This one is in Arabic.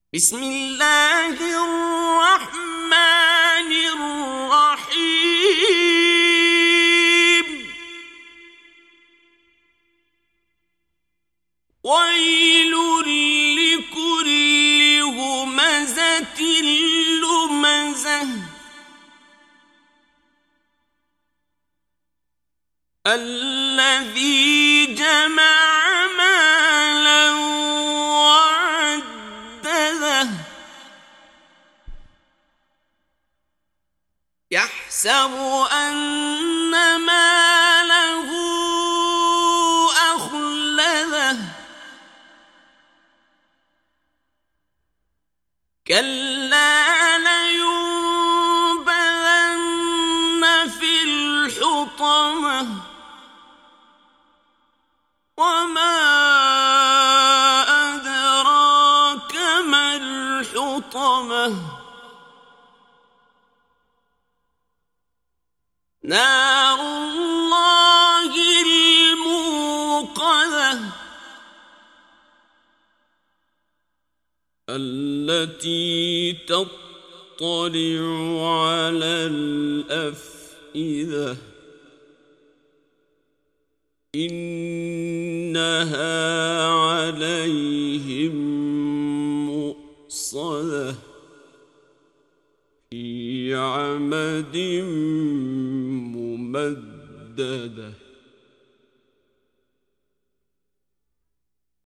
بسم الله الرحمن الرحيم ويل لكل همزة لمزة الذي جمع مالا وعدده يحسب أن ماله أخلده كلا لينبذن في الحطمة وما أدراك ما الحطمة نار الله الموقدة التي تطلع على الأفئدة إنها عليهم مؤصدة في عمد ممددة.